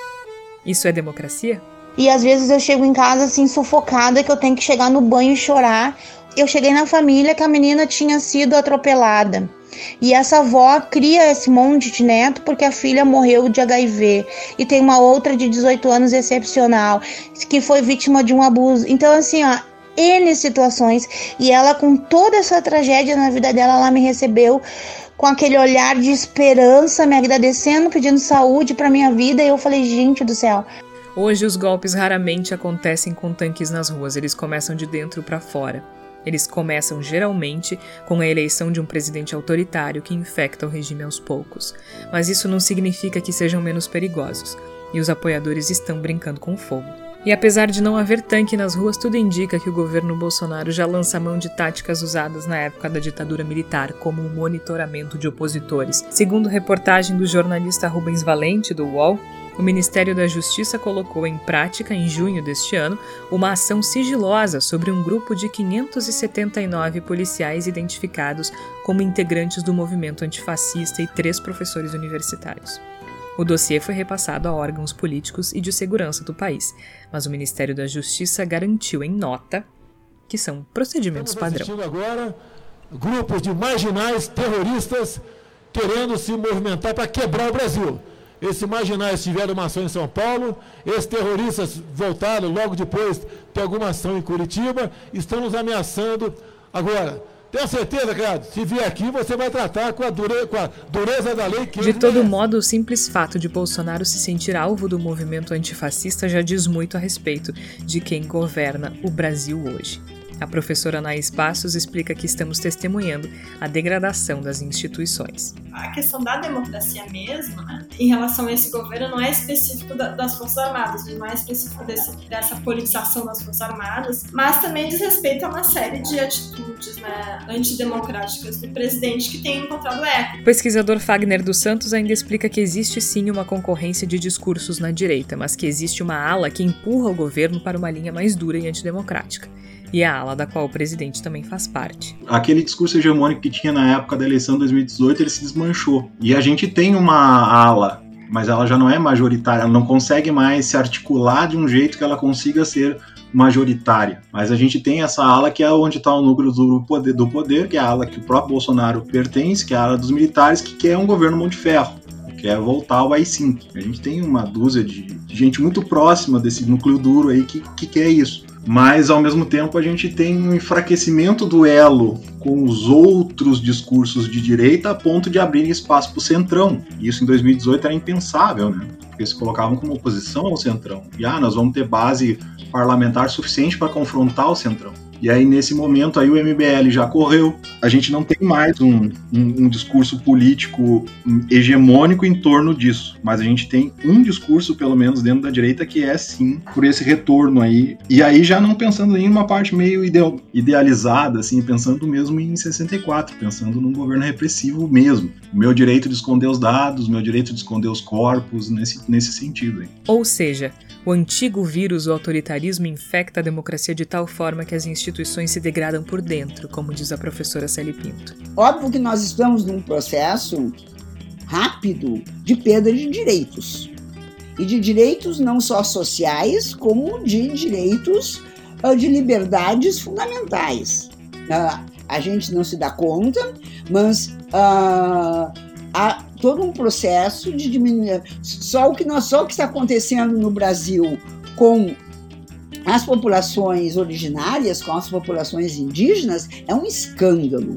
Isso é democracia? E às vezes eu chego em casa assim sufocada, que eu tenho que chegar no banho e chorar. Eu cheguei na família que a menina tinha sido atropelada. E essa avó cria esse monte de neto porque a filha morreu de agá i vê. E tem uma outra de dezoito anos excepcional, que foi vítima de um abuso. Então assim, ó, N situações. E ela, com toda essa tragédia na vida dela, ela me recebeu com aquele olhar de esperança, me agradecendo, pedindo saúde para minha vida. E eu falei, gente do céu. Hoje os golpes raramente acontecem com tanques nas ruas, eles começam de dentro para fora. Eles começam geralmente com a eleição de um presidente autoritário que infecta o regime aos poucos. Mas isso não significa que sejam menos perigosos, e os apoiadores estão brincando com fogo. E apesar de não haver tanque nas ruas, tudo indica que o governo Bolsonaro já lança a mão de táticas usadas na época da ditadura militar, como o monitoramento de opositores. Segundo reportagem do jornalista Rubens Valente, do U O L, o Ministério da Justiça colocou em prática, em junho deste ano, uma ação sigilosa sobre um grupo de quinhentos e setenta e nove policiais identificados como integrantes do movimento antifascista e três professores universitários. O dossiê foi repassado a órgãos políticos e de segurança do país, mas o Ministério da Justiça garantiu em nota que são procedimentos padrão. Estamos assistindo agora grupos de marginais terroristas querendo se movimentar para quebrar o Brasil. Esses marginais tiveram uma ação em São Paulo, esses terroristas voltaram logo depois de alguma ação em Curitiba, estão nos ameaçando. Agora, tenha certeza, cara, se vier aqui você vai tratar com a dureza, com a dureza da lei que... De todo modo, o simples fato de Bolsonaro se sentir alvo do movimento antifascista já diz muito a respeito de quem governa o Brasil hoje. A professora Anaís Passos explica que estamos testemunhando a degradação das instituições. A questão da democracia mesmo, né, em relação a esse governo, não é específico da, das Forças Armadas, não é específico desse, dessa politização das Forças Armadas, mas também diz respeito a uma série de atitudes, né, antidemocráticas do presidente que tem encontrado eco. O pesquisador Fagner dos Santos ainda explica que existe sim uma concorrência de discursos na direita, mas que existe uma ala que empurra o governo para uma linha mais dura e antidemocrática. e é a ala da qual o presidente também faz parte. Aquele discurso hegemônico que tinha na época da eleição de dois mil e dezoito, ele se desmanchou. E a gente tem uma ala, mas ela já não é majoritária, ela não consegue mais se articular de um jeito que ela consiga ser majoritária. Mas a gente tem essa ala que é onde está o núcleo do poder, do poder, que é a ala que o próprio Bolsonaro pertence, que é a ala dos militares, que quer um governo mão de ferro, que é voltar ao A I cinco. A gente tem uma dúzia de, de gente muito próxima desse núcleo duro aí que, que quer isso. Mas, ao mesmo tempo, a gente tem um enfraquecimento do elo com os outros discursos de direita a ponto de abrirem espaço para o Centrão. Isso em dois mil e dezoito era impensável, né? Porque se colocavam como oposição ao Centrão. E, ah, nós vamos ter base parlamentar suficiente para confrontar o Centrão. E aí, nesse momento, aí o M B L já correu. A gente não tem mais um, um, um discurso político hegemônico em torno disso. Mas a gente tem um discurso, pelo menos, dentro da direita, que é, sim, por esse retorno aí. E aí, já não pensando em uma parte meio ideal, idealizada, assim, pensando mesmo em sessenta e quatro, pensando num governo repressivo mesmo. O meu direito de esconder os dados, o meu direito de esconder os corpos, nesse, nesse sentido aí. Ou seja, o antigo vírus, o autoritarismo, infecta a democracia de tal forma que as instituições se degradam por dentro, como diz a professora Célia Pinto. Óbvio que nós estamos num processo rápido de perda de direitos. E de direitos não só sociais, como de direitos uh, de liberdades fundamentais. Uh, a gente não se dá conta, mas uh, há todo um processo de diminuir. Só o que, nós, só o que está acontecendo no Brasil com as populações originárias, com as populações indígenas, é um escândalo.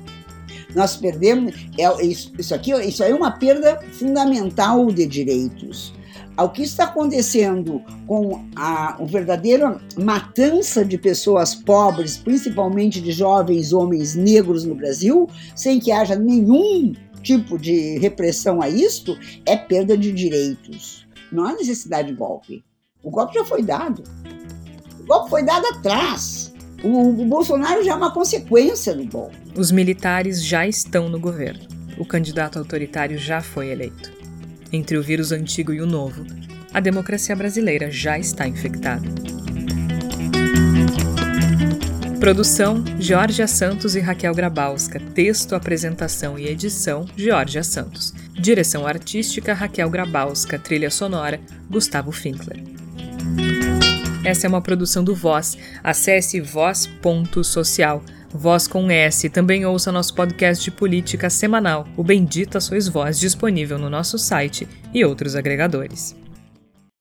Nós perdemos, é, isso, isso aqui isso é uma perda fundamental de direitos. O que está acontecendo com a, a verdadeira matança de pessoas pobres, principalmente de jovens homens negros no Brasil, sem que haja nenhum tipo de repressão a isto, é perda de direitos. Não há necessidade de golpe. O golpe já foi dado. O golpe foi dado atrás. O, o Bolsonaro já é uma consequência do golpe. Os militares já estão no governo. O candidato autoritário já foi eleito. Entre o vírus antigo e o novo, a democracia brasileira já está infectada. Produção, Georgia Santos e Raquel Grabowska. Texto, apresentação e edição, Georgia Santos. Direção artística, Raquel Grabowska. Trilha sonora, Gustavo Finkler. Essa é uma produção do Voz. Acesse voz ponto social. Voz com S. Também ouça nosso podcast de política semanal, o Bendita Sois Voz, disponível no nosso site e outros agregadores.